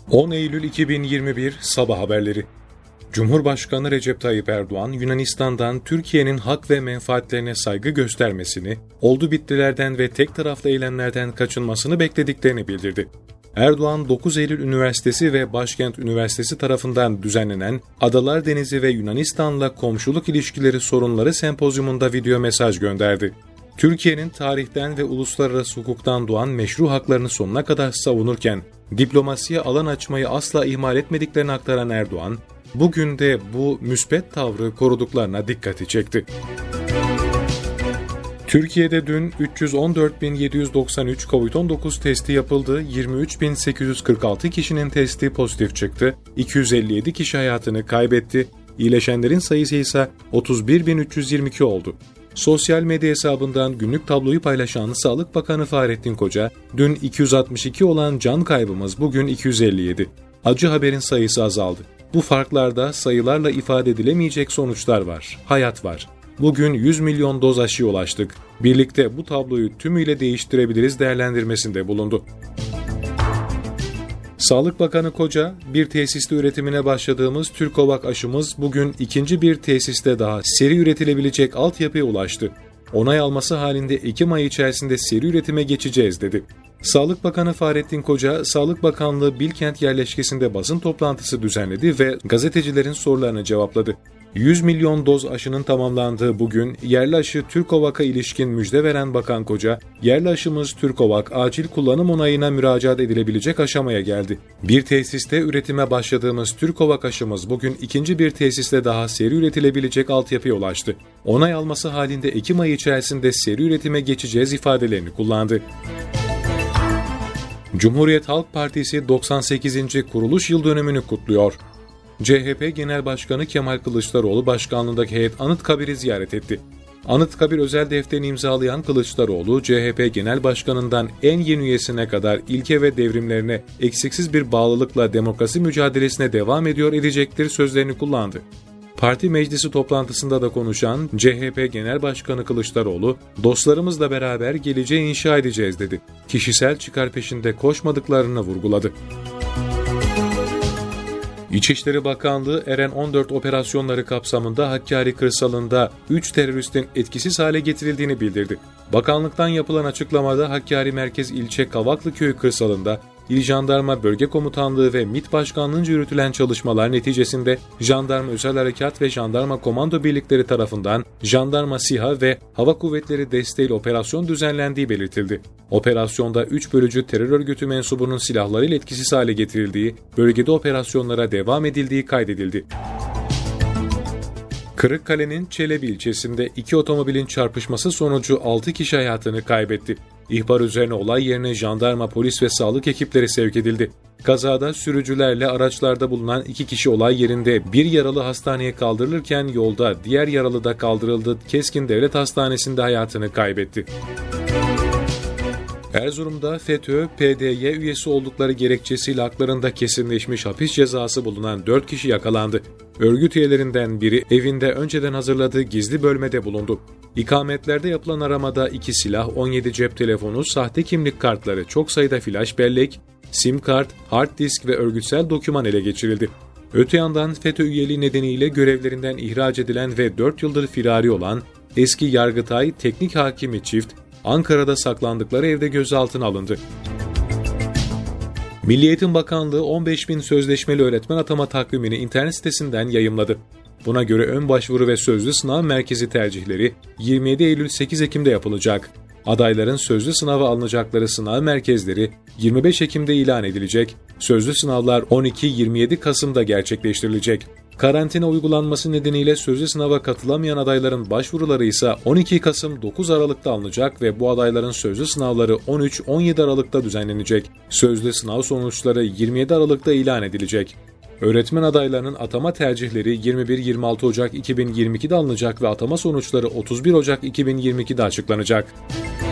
10 Eylül 2021 Sabah haberleri. Cumhurbaşkanı Recep Tayyip Erdoğan, Yunanistan'dan Türkiye'nin hak ve menfaatlerine saygı göstermesini, oldu bittilerden ve tek taraflı eylemlerden kaçınmasını beklediklerini bildirdi. Erdoğan, 9 Eylül Üniversitesi ve Başkent Üniversitesi tarafından düzenlenen Adalar Denizi ve Yunanistan'la komşuluk ilişkileri sorunları sempozyumunda video mesaj gönderdi. Türkiye'nin tarihten ve uluslararası hukuktan doğan meşru haklarını sonuna kadar savunurken, diplomasiye alan açmayı asla ihmal etmediklerini aktaran Erdoğan, bugün de bu müspet tavrı koruduklarına dikkati çekti. Türkiye'de dün 314.793 COVID-19 testi yapıldı, 23.846 kişinin testi pozitif çıktı, 257 kişi hayatını kaybetti, iyileşenlerin sayısı ise 31.322 oldu. Sosyal medya hesabından günlük tabloyu paylaşan Sağlık Bakanı Fahrettin Koca, dün 262 olan can kaybımız bugün 257. Acı haberin sayısı azaldı. Bu farklarda sayılarla ifade edilemeyecek sonuçlar var, hayat var. Bugün 100 milyon doz aşıya ulaştık. Birlikte bu tabloyu tümüyle değiştirebiliriz değerlendirmesinde bulundu. Sağlık Bakanı Koca, bir tesiste üretimine başladığımız Türkovak aşımız bugün ikinci bir tesiste daha seri üretilebilecek altyapıya ulaştı. Onay alması halinde Ekim ayı içerisinde seri üretime geçeceğiz dedi. Sağlık Bakanı Fahrettin Koca, Sağlık Bakanlığı Bilkent yerleşkesinde basın toplantısı düzenledi ve gazetecilerin sorularını cevapladı. 100 milyon doz aşının tamamlandığı bugün yerli aşı Türkovak'a ilişkin müjde veren Bakan Koca, yerli aşımız Türkovak acil kullanım onayına müracaat edilebilecek aşamaya geldi. Bir tesiste üretime başladığımız Türkovak aşımız bugün ikinci bir tesiste daha seri üretilebilecek altyapıya ulaştı. Onay alması halinde Ekim ayı içerisinde seri üretime geçeceğiz ifadelerini kullandı. Cumhuriyet Halk Partisi 98. kuruluş yıl dönümünü kutluyor. CHP Genel Başkanı Kemal Kılıçdaroğlu başkanlığındaki heyet Anıtkabir'i ziyaret etti. Anıtkabir özel defterini imzalayan Kılıçdaroğlu, CHP Genel Başkanı'ndan en yeni üyesine kadar ilke ve devrimlerine eksiksiz bir bağlılıkla demokrasi mücadelesine devam ediyor edecektir sözlerini kullandı. Parti meclisi toplantısında da konuşan CHP Genel Başkanı Kılıçdaroğlu, dostlarımızla beraber geleceği inşa edeceğiz dedi. Kişisel çıkar peşinde koşmadıklarını vurguladı. İçişleri Bakanlığı Eren 14 operasyonları kapsamında Hakkari kırsalında 3 teröristin etkisiz hale getirildiğini bildirdi. Bakanlıktan yapılan açıklamada Hakkari Merkez İlçe Kavaklıköy kırsalında İl Jandarma Bölge Komutanlığı ve MİT Başkanlığı'nca yürütülen çalışmalar neticesinde Jandarma Özel Harekat ve Jandarma Komando Birlikleri tarafından Jandarma SİHA ve Hava Kuvvetleri desteğiyle operasyon düzenlendiği belirtildi. Operasyonda 3 bölücü terör örgütü mensubunun silahlarıyla etkisiz hale getirildiği, bölgede operasyonlara devam edildiği kaydedildi. Kırıkkale'nin Çelebi ilçesinde 2 otomobilin çarpışması sonucu 6 kişi hayatını kaybetti. İhbar üzerine olay yerine jandarma, polis ve sağlık ekipleri sevk edildi. Kazada sürücülerle araçlarda bulunan 2 kişi olay yerinde, bir yaralı hastaneye kaldırılırken yolda diğer yaralı da kaldırıldı. Keskin Devlet Hastanesi'nde hayatını kaybetti. Erzurum'da FETÖ, PDY üyesi oldukları gerekçesiyle haklarında kesinleşmiş hapis cezası bulunan 4 kişi yakalandı. Örgüt üyelerinden biri evinde önceden hazırladığı gizli bölmede bulundu. İkametlerde yapılan aramada 2 silah, 17 cep telefonu, sahte kimlik kartları, çok sayıda flash bellek, sim kart, hard disk ve örgütsel doküman ele geçirildi. Öte yandan FETÖ üyeliği nedeniyle görevlerinden ihraç edilen ve 4 yıldır firari olan eski Yargıtay Teknik Hakimi çift, Ankara'da saklandıkları evde gözaltına alındı. Milli Eğitim Bakanlığı 15.000 sözleşmeli öğretmen atama takvimini internet sitesinden yayımladı. Buna göre ön başvuru ve sözlü sınav merkezi tercihleri 27 Eylül 8 Ekim'de yapılacak. Adayların sözlü sınava alınacakları sınav merkezleri 25 Ekim'de ilan edilecek. Sözlü sınavlar 12-27 Kasım'da gerçekleştirilecek. Karantina uygulanması nedeniyle sözlü sınava katılamayan adayların başvuruları ise 12 Kasım 9 Aralık'ta alınacak ve bu adayların sözlü sınavları 13-17 Aralık'ta düzenlenecek. Sözlü sınav sonuçları 27 Aralık'ta ilan edilecek. Öğretmen adaylarının atama tercihleri 21-26 Ocak 2022'de alınacak ve atama sonuçları 31 Ocak 2022'de açıklanacak.